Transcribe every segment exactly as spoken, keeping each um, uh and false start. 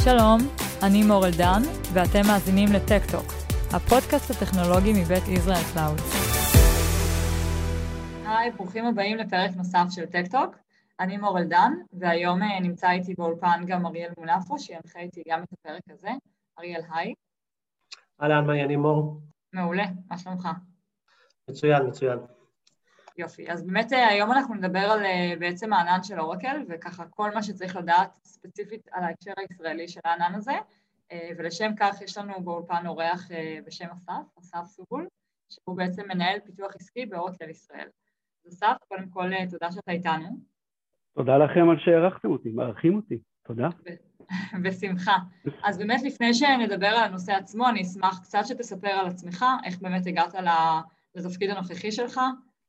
שלום, אני מור אלדן, ואתם מאזינים לטק-טוק, הפודקאסט הטכנולוגי מבית ישראל קלאוד. היי, ברוכים הבאים לפרק נוסף של טק-טוק. אני מור אלדן, והיום נמצא איתי באולפן גם אריאל מונפו, שינחה איתי גם את הפרק הזה. אריאל, היי. אהלן, מה העניינים, מור? מעולה, מה שלומך? מצוין, מצוין. יופי, אז באמת היום אנחנו נדבר על בעצם הענן של אורקל, וככה כל מה שצריך לדעת ספציפית על ההקשר הישראלי של הענן הזה, ולשם כך יש לנו באולפן אורח בשם אסף, אסף סובול, שהוא בעצם מנהל פיתוח עסקי באורקל ישראל. אז אסף, קודם כל תודה שאתה איתנו. תודה לכם על שהערכתם אותי, מערכים אותי, תודה. בשמחה. אז באמת לפני שנדבר על הנושא עצמו, אני אשמח קצת שתספר על עצמך, איך באמת הגעת לתפקיד הנוכחי שלך.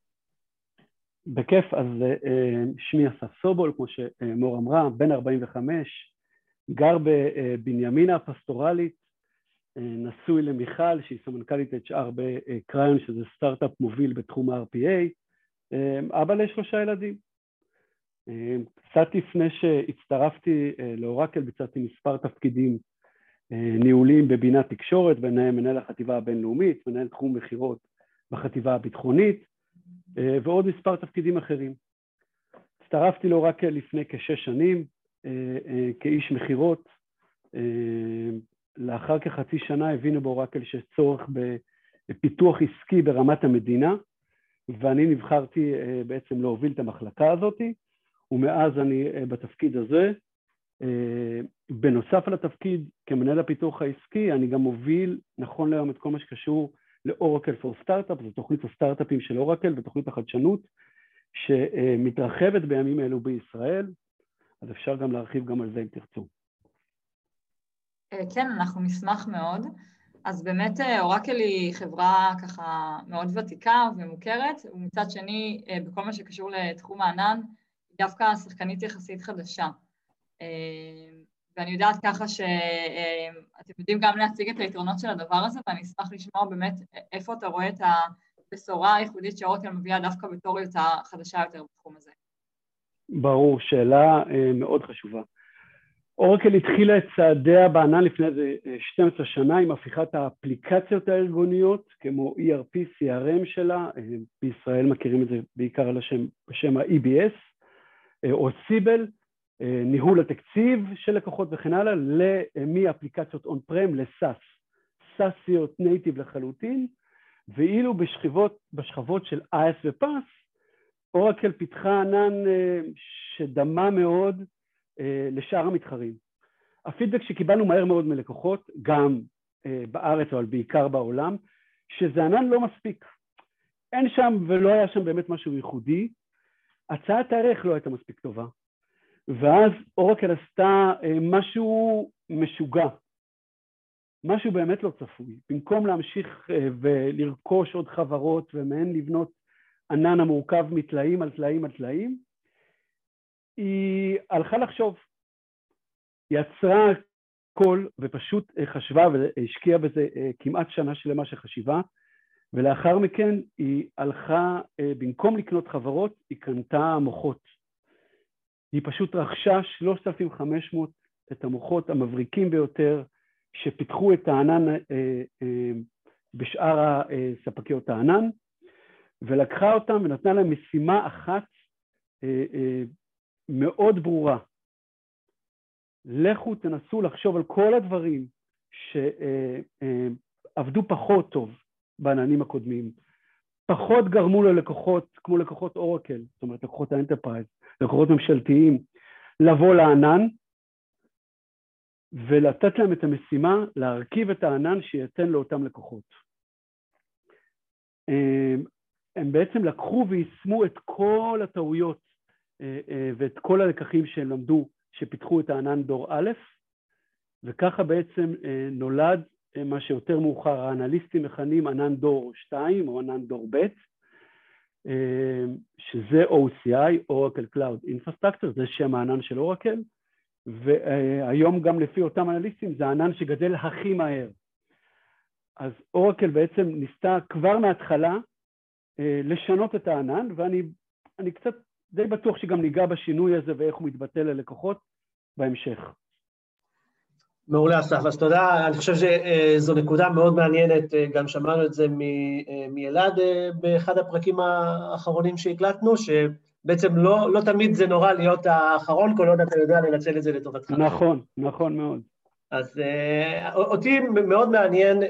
בכיף, אז שמי אסף סובול, כמו שמור אמרה, בן ארבעים וחמש, גר בבנימינה הפסטורלית, נשוי למיכל, שהיא סמנכ"לית אייץ' אר בקריון, שזה סטארט-אפ מוביל בתחום ה-אר פי איי, אבא לשלושה ילדים. קצת לפני שהצטרפתי לאורקל, ביצעתי מספר תפקידים ניהוליים בבינת תקשורת, ביניהם מנהל החטיבה הבינלאומית, מנהל תחום מחירות בחטיבה הביטחונית, ועוד מספר תפקידים אחרים. הצטרפתי לאורקל לפני כשש שנים, כאיש מחירות. לאחר כחצי שנה הבינו באורקל שיש צורך בפיתוח עסקי ברמת המדינה, ואני נבחרתי בעצם להוביל את המחלקה הזאת, ומאז אני בתפקיד הזה. בנוסף על התפקיד כמנהל הפיתוח העסקי, אני גם מוביל נכון להיום את כל מה שקשור לאורקל פור סטארט-אפ, זו תוכנית הסטארט-אפים של אורקל ותוכנית החדשנות שמתרחבת בימים אלו בישראל, אז אפשר גם להרחיב גם על זה אם תרצו. כן, אנחנו נשמח מאוד. אז באמת אורקל היא חברה ככה מאוד ותיקה ומוכרת, ומצד שני בכל מה שקשור לתחום הענן, היא דווקא שחקנית יחסית חדשה. ואני יודעת ככה שאתם יודעים גם להציג את היתרונות של הדבר הזה, ואני אשמח לשמוע באמת איפה אתה רואה את הבשורה הייחודית שאורקל מביאה דווקא בתור היותה חדשה יותר בתחום הזה. ברור, שאלה מאוד חשובה. אורקל התחילה את צעדיה בענן לפני שתים עשרה שנה עם הפיכת האפליקציות הארגוניות, כמו אי אר פי, סי אר אם שלה, בישראל מכירים את זה בעיקר על השם, בשם ה-אי בי אס, או סיבל, ניהול התקציב של לקוחות וכן הלאה, מאפליקציות און-פרם לסאס, סאסיות נייטיב לחלוטין, ואילו בשכבות, בשכבות של איי אס ופאס, אורקל פיתחה ענן שדמה מאוד לשאר המתחרים. הפידבק שקיבלנו מהר מאוד מלקוחות, גם בארץ אבל בעיקר בעולם, שזה ענן לא מספיק. אין שם ולא היה שם באמת משהו ייחודי, הצעת הערך לא הייתה מספיק טובה. ואז אורקל עשתה משהו משוגע, משהו באמת לא צפוי. במקום להמשיך ולרכוש עוד חברות ומהן לבנות ענן המורכב מתלאים על תלאים על תלאים, היא הלכה לחשוב, יצרה הכל ופשוט חשבה והשקיעה בזה כמעט שנה שלמה של חשיבה, ולאחר מכן היא הלכה, במקום לקנות חברות, היא קנתה מוחות. היא פשוט רכשה שלושת אלפים וחמש מאות את המוחות המבריקים ביותר, שפיתחו את הענן בשאר ספקיות הענן, ולקחה אותם ונתנה להם משימה אחת מאוד ברורה. לכו תנסו לחשוב על כל הדברים שעבדו פחות טוב בעננים הקודמים, פחות גרמו ללקוחות, כמו לקוחות אורקל, זאת אומרת לקוחות האנטרפרייז, לקוחות ממשלתיים, לבוא לענן, ולתת להם את המשימה להרכיב את הענן שייתן לאותם לקוחות. הם בעצם לקחו ויישמו את כל הטעויות ואת כל הלקחים שהם למדו, שפיתחו את הענן דור א', וככה בעצם נולד מה שיותר מאוחר האנליסטים מכנים ענן דור שתיים או ענן דור ב', שזה או סי איי, Oracle Cloud Infrastructure, זה שם הענן של אורקל, והיום גם לפי אותם אנליסטים זה הענן שגדל הכי מהר. אז אורקל בעצם ניסתה כבר מההתחלה לשנות את הענן, ואני אני קצת די בטוח שגם ניגע בשינוי הזה ואיך הוא מתבטא ללקוחות בהמשך. מעולה אסף, אז תודה, אני חושב שזו נקודה מאוד מעניינת, גם שמענו את זה מאלעד באחד הפרקים האחרונים שהקלטנו, שבעצם לא, לא תמיד זה נורא להיות האחרון, כל עוד אתה יודע לנצל את זה לטובתך. נכון, נכון מאוד. אז אותי מאוד מעניין,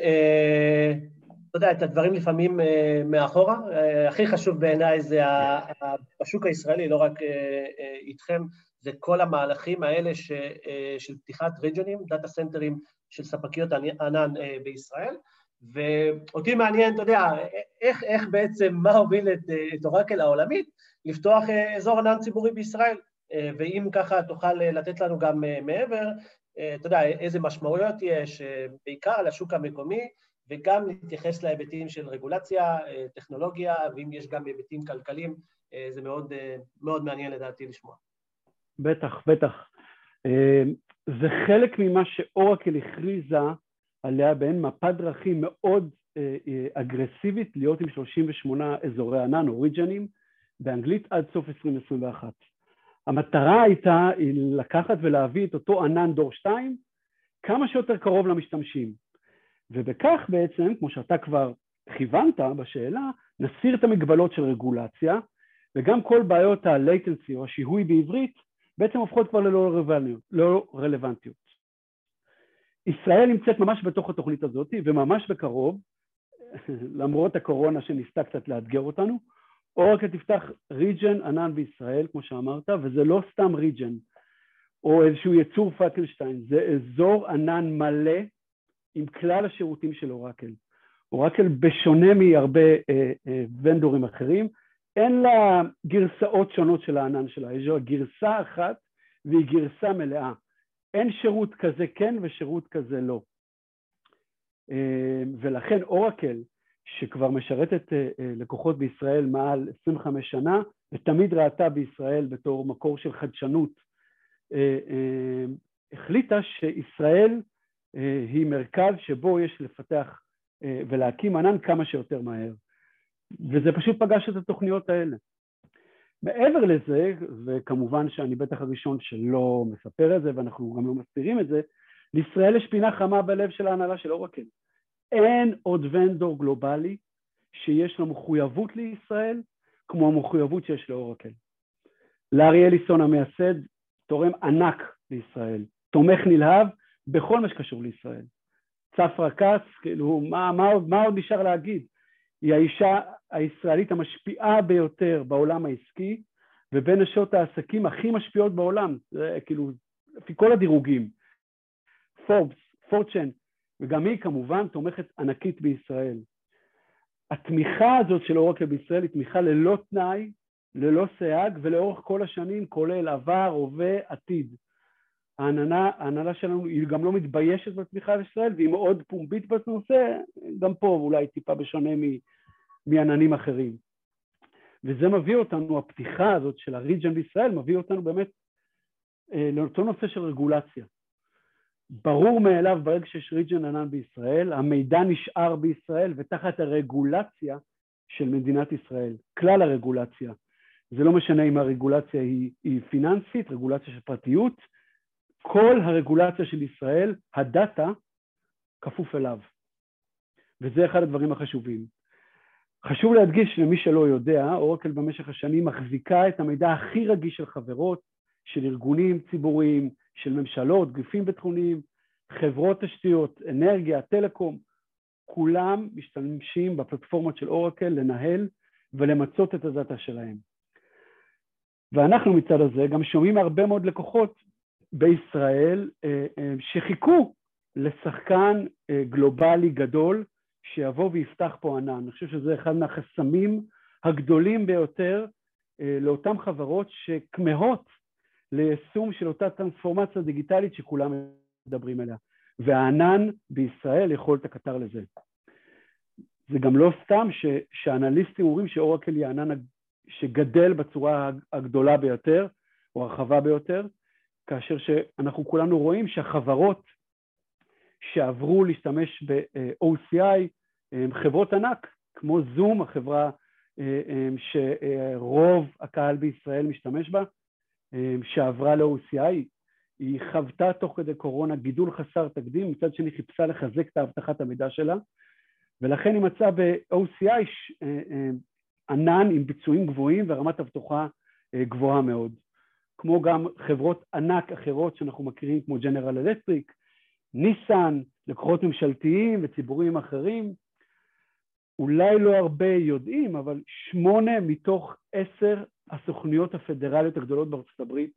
אתה יודע, את הדברים לפעמים מאחורה, הכי חשוב בעיניי זה השוק הישראלי, לא רק איתכם, זה כל המהלכים האלה ש, של פתיחת ריג'נים, דאטה סנטרים של ספקיות ענן בישראל, ואותי מעניין, אתה יודע, איך, איך בעצם, מה הוביל את, את אורקל העולמית, לפתוח אזור ענן ציבורי בישראל, ואם ככה תוכל לתת לנו גם מעבר, אתה יודע, איזה משמעויות יש, בעיקר על השוק המקומי, וגם להתייחס להיבטים של רגולציה, טכנולוגיה, ואם יש גם היבטים כלכליים, זה מאוד, מאוד מעניין לדעתי לשמוע. בטח, בטח. זה חלק ממה שאורקל הכריזה עליה בין מפת דרכים מאוד אגרסיבית להיות עם שלושים ושמונה אזורי ענן או ריג'נים באנגלית עד סוף עשרים עשרים ואחת. המטרה הייתה לקחת ולהביא את אותו ענן דור שתיים כמה שיותר קרוב למשתמשים. ובכך בעצם, כמו שאתה כבר כיוונת בשאלה, נסיר את המגבלות של רגולציה, וגם כל בעיות ה-latency או השיהוי בעברית, בעצם הופכות כבר ללא רלוונטיות, לא רלוונטיות. ישראל נמצאת ממש בתוך התוכנית הזאת, וממש בקרוב, למרות הקורונה שניסתה קצת לאתגר אותנו, אורקל תפתח ריג'ן ענן בישראל, כמו שאמרת, וזה לא סתם ריג'ן, או איזשהו יצור פרנקלשטיין, זה אזור ענן מלא עם כלל השירותים של אורקל. אורקל בשונה מהרבה אה, אה, ונדורים אחרים, אין לה גרסאות שונות של הענן שלה, יש לה גרסה אחת והיא גרסה מלאה. אין שירות כזה כן ושירות כזה לא. ולכן אורקל, שכבר משרתת לקוחות בישראל מעל עשרים וחמש שנה, ותמיד ראתה בישראל בתור מקור של חדשנות, החליטה שישראל היא מרכז שבו יש לפתח ולהקים ענן כמה שיותר מהר. וזה פשוט פגש את התוכניות האלה. מעבר לזה, וכמובן שאני בטח הראשון שלא מספר את זה, ואנחנו גם לא מסתירים את זה, לישראל יש פינה חמה בלב של ההנהלה של אורקל. אין עוד ונדור גלובלי שיש לו מחויבות לישראל, כמו המחויבות שיש לאורקל. לארי אליסון המייסד תורם ענק לישראל, תומך נלהב בכל מה שקשור לישראל. צפרא כץ, כאילו, מה, מה, מה עוד נשאר להגיד? היא האישה הישראלית המשפיעה ביותר בעולם העסקי, ובין נשות העסקים הכי משפיעות בעולם, זה כאילו, לפי כל הדירוגים, פורבס, פורצ'ן, וגם היא כמובן תומכת ענקית בישראל. התמיכה הזאת של אורקל בישראל היא תמיכה ללא תנאי, ללא סייג, ולאורך כל השנים, כולל עבר, הווה, עתיד. ההנהלה, ההנהלה שלנו היא גם לא מתביישת בתמיכה לישראל, והיא מאוד פומבית בנושא, גם פה אולי טיפה בשונה מעננים אחרים. וזה מביא אותנו, הפתיחה הזאת של הריג'ן בישראל, מביא אותנו באמת לאותו נושא של רגולציה. ברור מאליו ברגע שיש ריג'ן ענן בישראל, המידע נשאר בישראל ותחת הרגולציה של מדינת ישראל, כלל הרגולציה. זה לא משנה אם הרגולציה היא, היא פיננסית, רגולציה של פרטיות, כל הרגולציה של ישראל, הדאטה, כפוף אליו. וזה אחד הדברים החשובים. חשוב להדגיש למי שלא יודע, אורקל במשך השנים מחזיקה את המידע הכי רגיש של חברות, של ארגונים ציבוריים, של ממשלות, גופים ביטחוניים, חברות תשתיות, אנרגיה, טלקום, כולם משתמשים בפלטפורמות של אורקל לנהל ולמצות את הדאטה שלהם. ואנחנו מצד הזה גם שומעים הרבה מאוד לקוחות בישראל שחיכו לשחקן גלובלי גדול שיבוא ויפתח פה ענן. אני חושב שזה אחד מהחסמים הגדולים ביותר לאותן חברות שכמהות ליישום של אותה טרנספורמציה דיגיטלית שכולם מדברים עליה. והענן בישראל יכול להיות הקטר לזה. זה גם לא סתם ש, שהאנליסטים אומרים שאורקל היא הענן שגדל בצורה הגדולה ביותר, או הרחבה ביותר, כאשר שאנחנו כולנו רואים שהחברות שעברו להשתמש ב-או סי איי, חברות ענק, כמו זום, החברה שרוב הקהל בישראל משתמש בה, שעברה ל-או סי איי, היא חוותה תוך כדי קורונה גידול חסר תקדים, מצד שני חיפשה לחזק את הבטחת המידע שלה, ולכן היא מצאה ב-או סי איי ענן עם ביצועים גבוהים ורמת אבטחה גבוהה מאוד. כמו גם חברות ענק אחרות שאנחנו מכירים, כמו ג'נרל אלקטריק, ניסן, לקוחות ממשלתיים וציבוריים אחרים. אולי לא הרבה יודעים, אבל שמונה מתוך עשר הסוכנויות הפדרליות הגדולות בארצות הברית,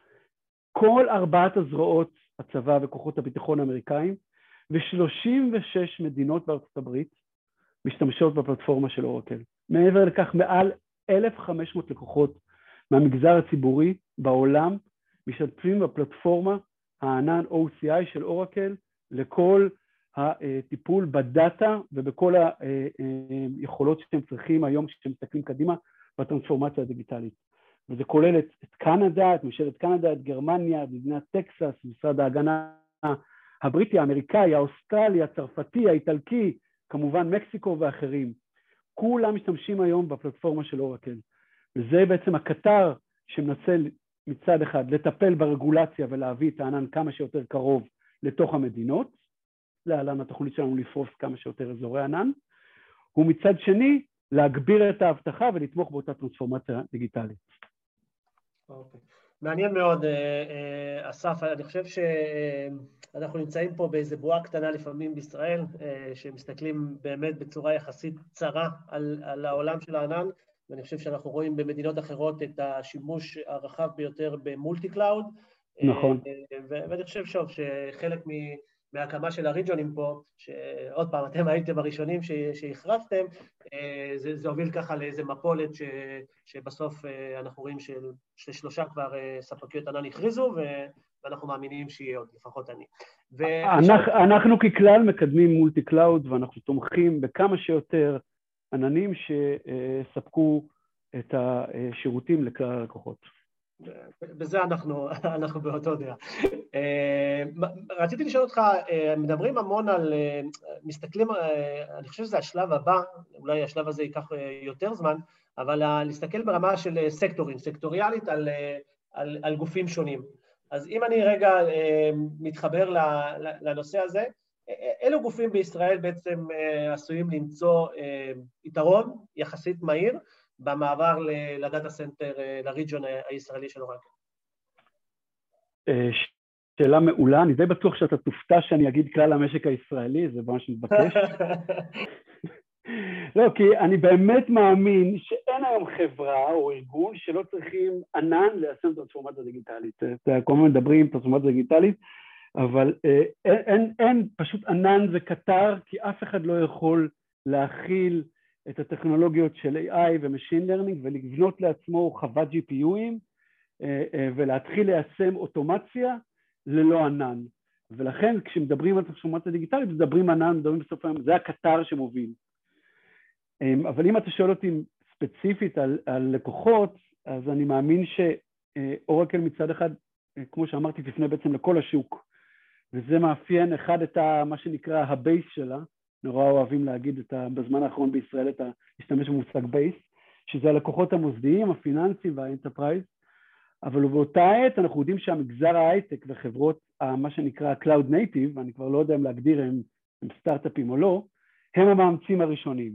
כל ארבעת הזרועות הצבא וכוחות הביטחון האמריקאים, ו-שלושים ושש מדינות בארצות הברית משתמשות בפלטפורמה של אורקל. מעבר לכך, מעל אלף וחמש מאות לקוחות מהמגזר הציבורי בעולם משתתפים בפלטפורמה הענן או סי איי של אורקל לכל הטיפול בדאטה ובכל היכולות שאתם צריכים היום כשאתם מסתכלים קדימה בטרנספורמציה הדיגיטלית. וזה כולל את, את קנדה, את ממשלת קנדה, את גרמניה, את מדינת טקסס, משרד ההגנה הבריטי, האמריקאי, האוסטרלי, הצרפתי, האיטלקי, כמובן מקסיקו ואחרים. כולם משתמשים היום בפלטפורמה של אורקל. וזה בעצם הקטר שמנסה מצד אחד לטפל ברגולציה ולהביא את הענן כמה שיותר קרוב לתוך המדינות, להלן התוכנית שלנו לפרוס כמה שיותר אזורי ענן, ומצד שני להגביר את האבטחה ולתמוך באותה טרנספורמציה דיגיטלית. אוקיי. מעניין מאוד, אסף, אני חושב שאנחנו נמצאים פה באיזה בועה קטנה לפעמים בישראל, שמסתכלים באמת בצורה יחסית צרה על, על העולם של הענן, ואני חושב שאנחנו רואים במדינות אחרות את השימוש הרחב ביותר במולטי קלאוד. נכון. ואני חושב שוב שחלק מההקמה של הריג'ונים פה, שעוד פעם אתם הייתם הראשונים שהכרזתם, זה, זה הוביל ככה לאיזה מפולת ש, שבסוף אנחנו רואים של, ששלושה כבר ספקיות ענן הכריזו, ואנחנו מאמינים שיהיה עוד, לפחות אני. אנחנו, אנחנו ככלל מקדמים מולטי קלאוד, ואנחנו תומכים בכמה שיותר עננים שספקו את השירותים לכלל הלקוחות. בזה אנחנו, אנחנו באותו דעה. רציתי לשאול אותך, מדברים המון על, מסתכלים, אני חושב שזה השלב הבא, אולי השלב הזה ייקח יותר זמן, אבל להסתכל ברמה של סקטורים, סקטוריאלית על, על, על גופים שונים. אז אם אני רגע מתחבר לנושא הזה, אילו גופים בישראל בעצם עשויים למצוא יתרון יחסית מהיר במעבר לדאטה סנטר, לריג'ון הישראלי של אורקל? שאלה מעולה, אני די בטוח שאתה תופתע שאני אגיד כלל המשק הישראלי, זה ממש מתבקש. לא, כי אני באמת מאמין שאין היום חברה או ארגון שלא צריכים ענן ליישם טרנספורמציה דיגיטלית. כל הזמן מדברים טרנספורמציה דיגיטלית, אבל אין, אין, אין, פשוט ענן זה קטר, כי אף אחד לא יכול להכיל את הטכנולוגיות של איי איי ו-Machine Learning ולבנות לעצמו חוות ג'י פי יו'ים ולהתחיל ליישם אוטומציה ללא ענן. ולכן כשמדברים על טרנספורמציה דיגיטלית, מדברים ענן, מדברים בסוף היום, זה הקטר שמוביל. אבל אם אתה שואל אותי ספציפית על, על לקוחות, אז אני מאמין שאורקל מצד אחד, כמו שאמרתי, תפנה בעצם לכל השוק. וזה מאפיין אחד את ה, מה שנקרא הבייס שלה, נורא אוהבים להגיד את ה, בזמן האחרון בישראל את ה, להשתמש במושג בייס, שזה הלקוחות המוסדיים, הפיננסיים והאנטרפרייז, אבל באותה עת אנחנו יודעים שהמגזר ההייטק וחברות, מה שנקרא Cloud Native, אני כבר לא יודע אם להגדיר הם, הם סטארט-אפים או לא, הם המאמצים הראשונים.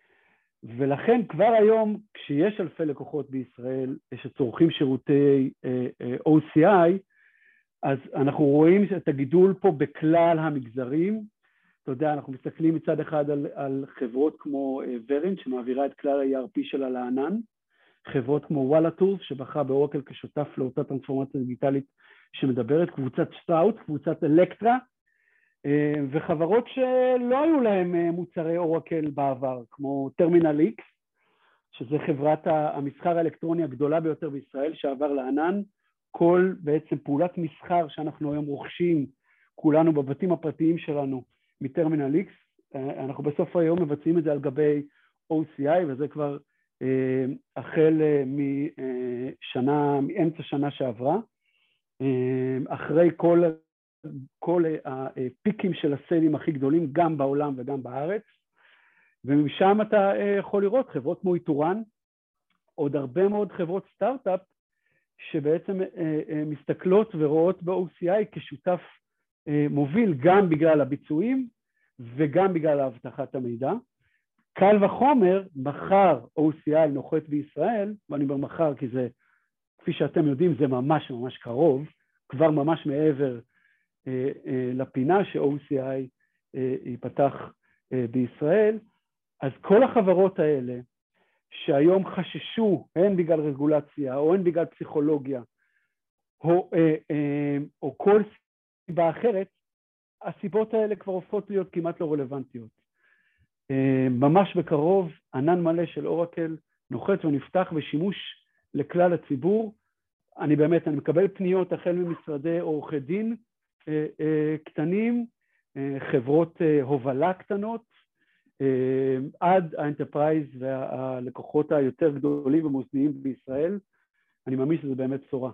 ולכן כבר היום, כשיש אלפי לקוחות בישראל שצורכים שירותי או סי איי, אז אנחנו רואים את הגידול פה בכלל המגזרים. אתה יודע, אנחנו מסתכלים מצד אחד על, על חברות כמו ורינט, שמעבירה את כלל ה-אי אר פי שלה לענן, חברות כמו וואלה-טורס, שבחרה באורקל כשותף לאותה טרנספורמציה דיגיטלית שמדברת, קבוצת סטראוט, קבוצת אלקטרה, וחברות שלא היו להם מוצרי אורקל בעבר, כמו טרמינל איקס, שזה חברת המסחר האלקטרוני הגדולה ביותר בישראל, שעבר לענן. כל בעצם פעולת מסחר שאנחנו היום רוכשים, כולנו בבתים הפרטיים שלנו, מטרמינל איקס, אנחנו בסוף היום מבצעים את זה על גבי או סי איי, וזה כבר החל משנה, מאמצע שנה שעברה, אחרי כל, כל הפיקים של הסיילים הכי גדולים, גם בעולם וגם בארץ, ומשם אתה יכול לראות חברות כמו איתורן, עוד הרבה מאוד חברות סטארט-אפ, שבעצם מסתכלות ורואות ב-או סי איי כשותף מוביל גם בגלל הביצועים וגם בגלל הבטחת המידע. קל וחומר, מחר או סי איי נוחת בישראל, ואני אומר מחר כי זה, כפי שאתם יודעים, זה ממש ממש קרוב, כבר ממש מעבר אה, אה, לפינה ש-או סי איי אה, ייפתח אה, בישראל. אז כל החברות האלה שהיום חששו, הן בגלל רגולציה או הן בגלל פסיכולוגיה, או, אה, אה, או כל סיבה אחרת, הסיבות האלה כבר הופכות להיות כמעט לא רלוונטיות. ממש בקרוב, ענן מלא של אורקל נוחת ונפתח בשימוש לכלל הציבור. אני באמת, אני מקבל פניות החל ממשרדי עורכי דין קטנים, חברות הובלה קטנות, עד האנטרפרייז והלקוחות היותר גדולים ומוסדיים בישראל. אני מאמין שזה באמת בשורה.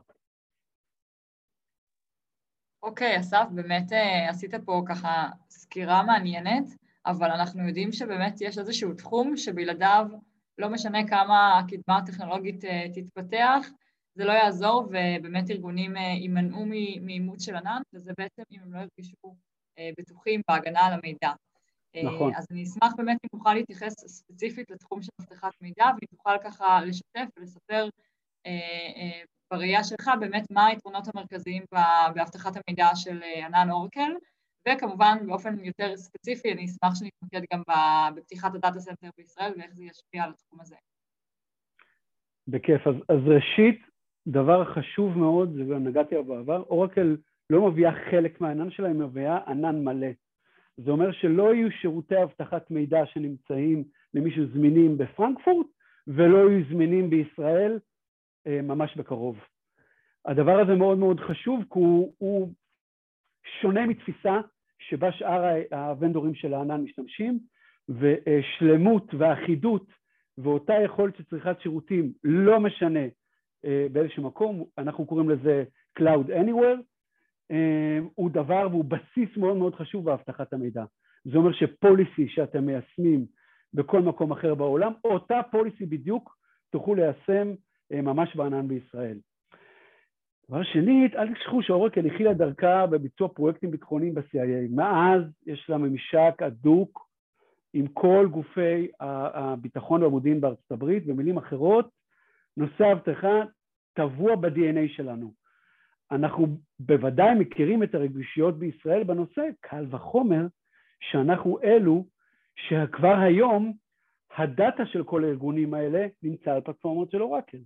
אוקיי, אסף, באמת עשית פה ככה סקירה מעניינת, אבל אנחנו יודעים שבאמת יש איזשהו תחום שבלעדיו לא משנה כמה הקדמה הטכנולוגית תתפתח, זה לא יעזור, ובאמת ארגונים יימנעו מאימוץ של ענן, וזה בעצם אם הם לא ירגישו בטוחים בהגנה על המידע. נכון. אז אני אשמח באמת אם תוכל להתייחס ספציפית לתחום של אבטחת מידע, ואם תוכל ככה לשתף ולספר בראייה שלך באמת מה היתרונות המרכזיים באבטחת המידע של ענן אורקל, וכמובן באופן יותר ספציפי אני אשמח שנתמקד גם בפתיחת הדאטה סנטר בישראל ואיך זה ישפיע על התחום הזה. בכיף. אז, אז ראשית, דבר חשוב מאוד, זה גם נגעתי בעבר, אורקל לא מביאה חלק מהענן שלה, היא מביאה ענן מלא. זה אומר שלא יהיו שירותי אבטחת מידע שנמצאים למישהו זמינים בפרנקפורט, ולא יהיו זמינים בישראל ממש בקרוב. הדבר הזה מאוד מאוד חשוב, כי הוא, הוא שונה מתפיסה שבה שאר הוונדורים של הענן משתמשים, ושלמות ואחידות ואותה יכולת שצריכת שירותים לא משנה באיזשהו מקום, אנחנו קוראים לזה Cloud Anywhere, הוא דבר והוא בסיס מאוד מאוד חשוב באבטחת המידע. זה אומר שפוליסי שאתם מיישמים בכל מקום אחר בעולם, אותה פוליסי בדיוק תוכלו ליישם ממש בענן בישראל. דבר שנית, אל תשכחו שאורקל התחילה דרכה בביצוע פרויקטים ביטחוניים ב-סי איי איי. מאז יש לה ממשק הדוק עם כל גופי הביטחון והמודיעין בארצות הברית, במילים אחרות, נושא האבטחה טבוע ב-די אן איי שלנו. אנחנו בוודאי מכירים את הרגישויות בישראל בנושא, קל וחומר שאנחנו אלו שכבר היום הדאטה של כל הארגונים האלה נמצא על פלטפורמות של אורקל.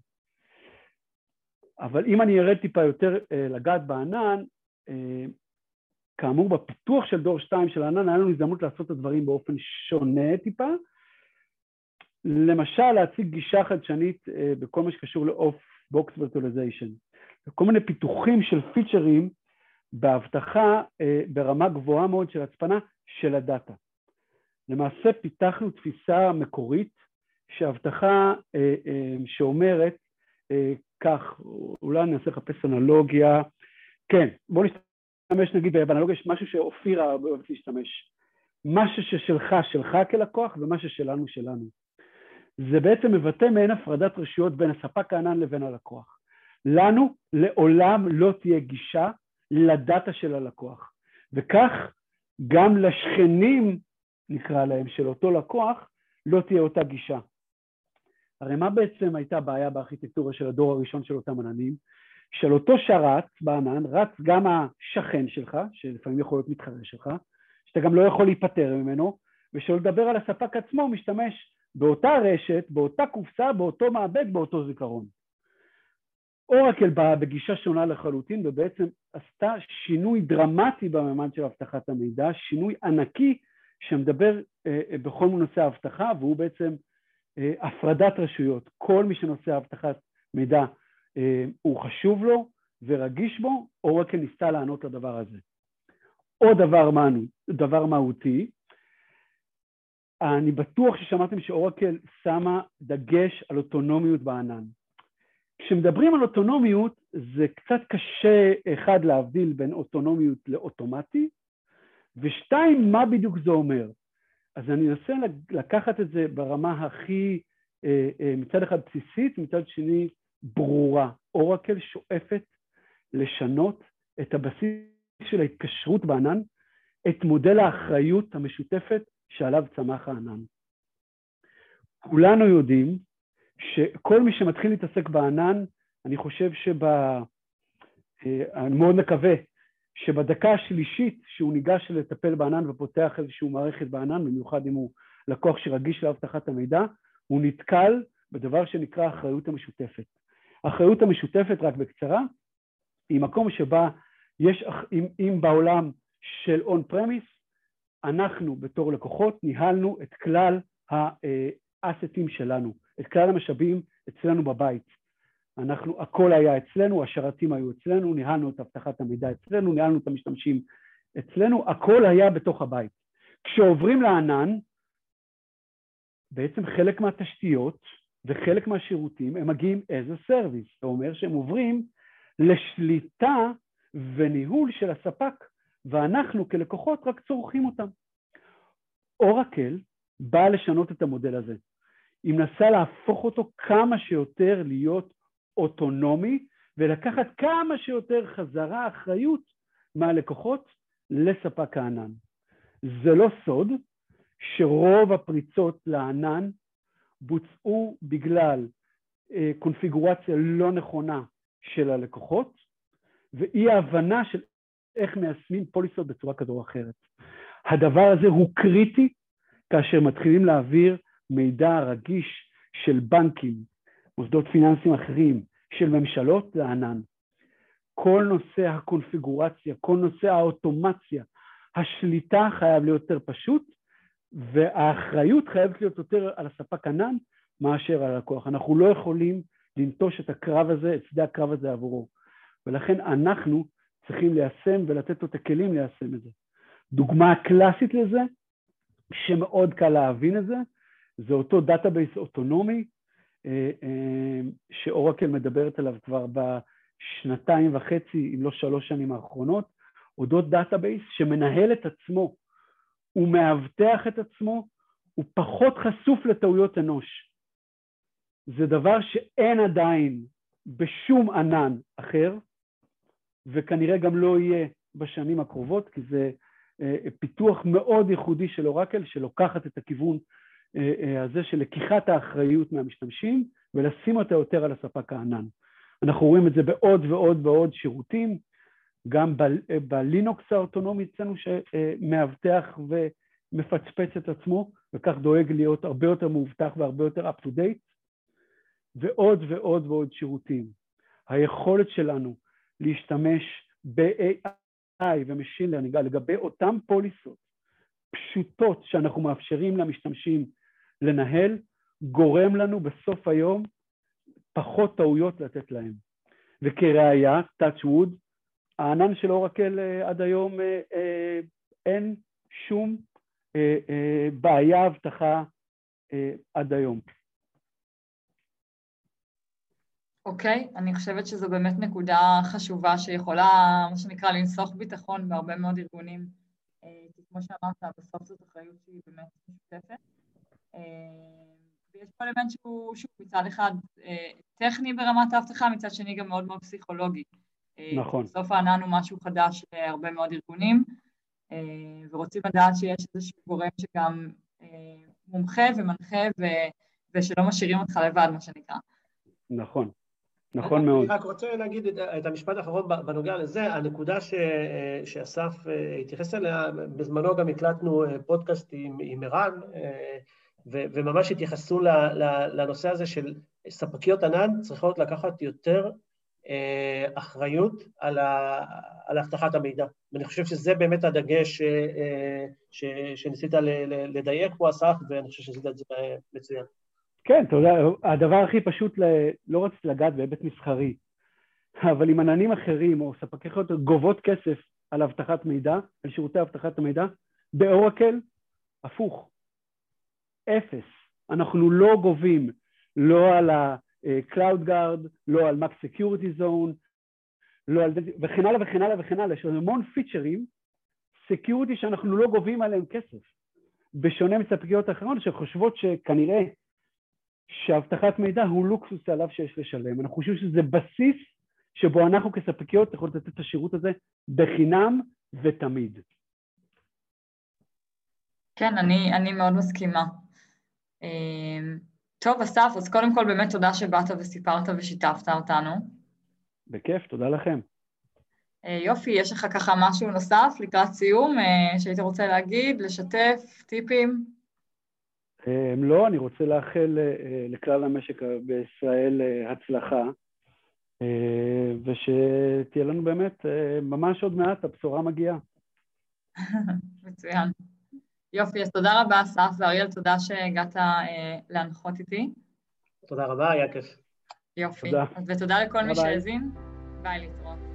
אבל אם אני ירד טיפה יותר אה, לגעת בענן, אה, כאמור בפיתוח של דור שתיים של הענן, היה לנו הזדמנות לעשות את הדברים באופן שונה טיפה, למשל להציג גישה חדשנית אה, בכל מה שקשור ל-off-box virtualization, כל מיני פיתוחים של פיצ'רים בהבטחה אה, ברמה גבוהה מאוד של הצפנה של הדאטה. למעשה פיתחנו תפיסה מקורית שהבטחה אה, אה, שאומרת אה, כך, אולי אני אנסה לחפש אנלוגיה, כן, בואו נשתמש נגיד באנלוגיה, משהו שאופירה אוהבת להשתמש, משהו ששלך שלך כלקוח ומה ששלנו שלנו. זה בעצם מבטא מעין הפרדת רשויות בין הספק הענן לבין הלקוח. לנו לעולם לא תהיה גישה לדאטה של הלקוח, וכך גם לשכנים, נקרא להם, של אותו לקוח, לא תהיה אותה גישה. הרי מה בעצם הייתה בעיה בארכיטקטורה של הדור הראשון של אותם עננים? של אותו שרת בענן, רץ גם השכן שלך, שלפעמים יכול להיות מתחרה שלך, שאתה גם לא יכול להיפטר ממנו, ושלא לדבר על הספק עצמו, הוא משתמש באותה רשת, באותה קופסה, באותו מעבד, באותו זיכרון. אורקל באה בגישה שונה לחלוטין, ובעצם עשתה שינוי דרמטי בממד של הבטחת המידע, שינוי ענקי שמדבר אה, בכל נושא ההבטחה, והוא בעצם אה, הפרדת רשויות. כל מי שנושא הבטחת מידע אה, הוא חשוב לו ורגיש בו, אורקל ניסתה לענות לדבר הזה. עוד דבר, מנו, דבר מהותי, אני בטוח ששמעתם שאורקל שמה דגש על אוטונומיות בענן. כשמדברים על אוטונומיות, זה קצת קשה, אחד, להבדיל בין אוטונומיות לאוטומטי, ושתיים, מה בדיוק זה אומר. אז אני אנסה לקחת את זה ברמה הכי, מצד אחד בסיסית, מצד שני ברורה. אורקל שואפת לשנות את הבסיס של ההתקשרות בענן, את מודל האחריות המשותפת שעליו צמח הענן. כולנו יודעים שכל מי שמתחיל להתעסק בענן, אני חושב שב... אני מאוד מקווה שבדקה השלישית שהוא ניגש לטפל בענן ופותח איזשהו מערכת בענן, במיוחד אם הוא לקוח שרגיש לאבטחת המידע, הוא נתקל בדבר שנקרא האחריות המשותפת. האחריות המשותפת, רק בקצרה, היא מקום שבה יש, אם, אם בעולם של און פרמיס, אנחנו בתור לקוחות ניהלנו את כלל האסטים שלנו, את כלל המשאבים אצלנו בבית. אנחנו, הכל היה אצלנו, השרתים היו אצלנו, ניהלנו את אבטחת המידע אצלנו, ניהלנו את המשתמשים אצלנו, הכל היה בתוך הבית. כשעוברים לענן, בעצם חלק מהתשתיות וחלק מהשירותים הם מגיעים as a service, זה אומר שהם עוברים לשליטה וניהול של הספק, ואנחנו כלקוחות רק צורכים אותם. אורקל באה לשנות את המודל הזה. היא מנסה להפוך אותו כמה שיותר להיות אוטונומי, ולקחת כמה שיותר חזרה אחריות מהלקוחות לספק הענן. זה לא סוד שרוב הפריצות לענן בוצעו בגלל אה, קונפיגורציה לא נכונה של הלקוחות, ואי ההבנה של איך מיישמים פוליסות בצורה כזו או אחרת. הדבר הזה הוא קריטי כאשר מתחילים להעביר מידע רגיש של בנקים, מוסדות פיננסיים אחרים, של ממשלות לענן. כל נושא הקונפיגורציה, כל נושא האוטומציה, השליטה חייב להיות יותר פשוט, והאחריות חייבת להיות יותר על הספק ענן מאשר על הלקוח. אנחנו לא יכולים לנטוש את הקרב הזה, את שדה הקרב הזה עבורו. ולכן אנחנו צריכים ליישם ולתת לו את הכלים ליישם את זה. דוגמה קלאסית לזה, שמאוד קל להבין את זה, זה אותו דאטאבייס אוטונומי, שאורקל מדברת עליו כבר בשנתיים וחצי, אם לא שלוש שנים האחרונות, אודות דאטאבייס שמנהל את עצמו, הוא מאבטח את עצמו, הוא פחות חשוף לטעויות אנוש. זה דבר שאין עדיין בשום ענן אחר, וכנראה גם לא יהיה בשנים הקרובות, כי זה פיתוח מאוד ייחודי של אורקל, שלוקחת את הכיוון הזה של לקיחת האחריות מהמשתמשים, ולשים אותה יותר על הספק הענן. אנחנו רואים את זה בעוד ועוד ועוד שירותים, גם בלינוקס האוטונומי אצלנו שמאבטח ומפצפץ את עצמו, וכך דואג להיות הרבה יותר מאובטח והרבה יותר up to date, ועוד ועוד ועוד שירותים. היכולת שלנו להשתמש ב-איי איי ומשין לרנינג לגבי אותם פוליסות פשוטות שאנחנו מאפשרים למשתמשים לנהל, גורם לנו בסוף היום פחות טעויות לתת להם. וכראיה, touch wood, הענן של אורקל עד היום אין שום בעיה הבטחה עד היום. אוקיי, okay, אני חושבת שזו באמת נקודה חשובה שיכולה, מה שנקרא, לנסוך ביטחון בהרבה מאוד ארגונים. כי כמו שאמרת, בסוף זאת אחריות שהיא באמת משותפת. ויש פה אלמנט שהוא, שהוא מצד אחד טכני ברמת ההבטחה, מצד שני גם מאוד מאוד פסיכולוגי. נכון. בסוף הענן הוא משהו חדש להרבה מאוד ארגונים, ורוצים לדעת שיש איזשהו גורם שגם מומחה ומנחה, ושלא משאירים אותך לבד, מה שנקרא. נכון. נכון מאוד. אני רק רוצה להגיד את המשפט האחרון בנוגע לזה, הנקודה שאסף התייחס אליה, בזמנו גם הקלטנו פודקאסט עם ערן, וממש התייחסו לנושא הזה של ספקיות ענן צריכות לקחת יותר אחריות על הבטחת המידע. ואני חושב שזה באמת הדגש שניסית לדייק פה אסף, ואני חושב שעשית את זה מצוין. כן, אתה יודע, הדבר הכי פשוט, לא רציתי לגעת בהיבט מסחרי, אבל עם עננים אחרים או ספקי חיות גובות כסף על הבטחת מידע, על שירותי הבטחת המידע, באורקל, הפוך, אפס. אנחנו לא גובים, לא על ה-Cloud Guard, לא על Max Security Zone, לא על... וכן הלאה וכן הלאה וכן הלאה, יש לנו המון פיצ'רים, Security שאנחנו לא גובים עליהם כסף, בשונה מספקיות אחרות שחושבות שכנראה, שהבטחת מידע הוא לוקסוס עליו שיש לשלם. אנחנו חושבים שזה בסיס שבו אנחנו כספקיות יכולות לתת את השירות הזה בחינם ותמיד. כן, אני, אני מאוד מסכימה. טוב, אסף, אז קודם כל באמת תודה שבאת וסיפרת ושיתפת אותנו. בכיף, תודה לכם. יופי, יש לך ככה משהו נוסף לקראת סיום שהיית רוצה להגיד, לשתף, טיפים? לא, אני רוצה לאחל לכלל המשק בישראל הצלחה, ושתהיה לנו באמת ממש עוד מעט, הבשורה מגיעה. מצוין. יופי, אז תודה רבה, אסף, ואריאל, תודה שהגעת להנחות איתי. תודה רבה, היה כיף. יופי, ותודה לכל מי שהאזין. ביי, להתראות.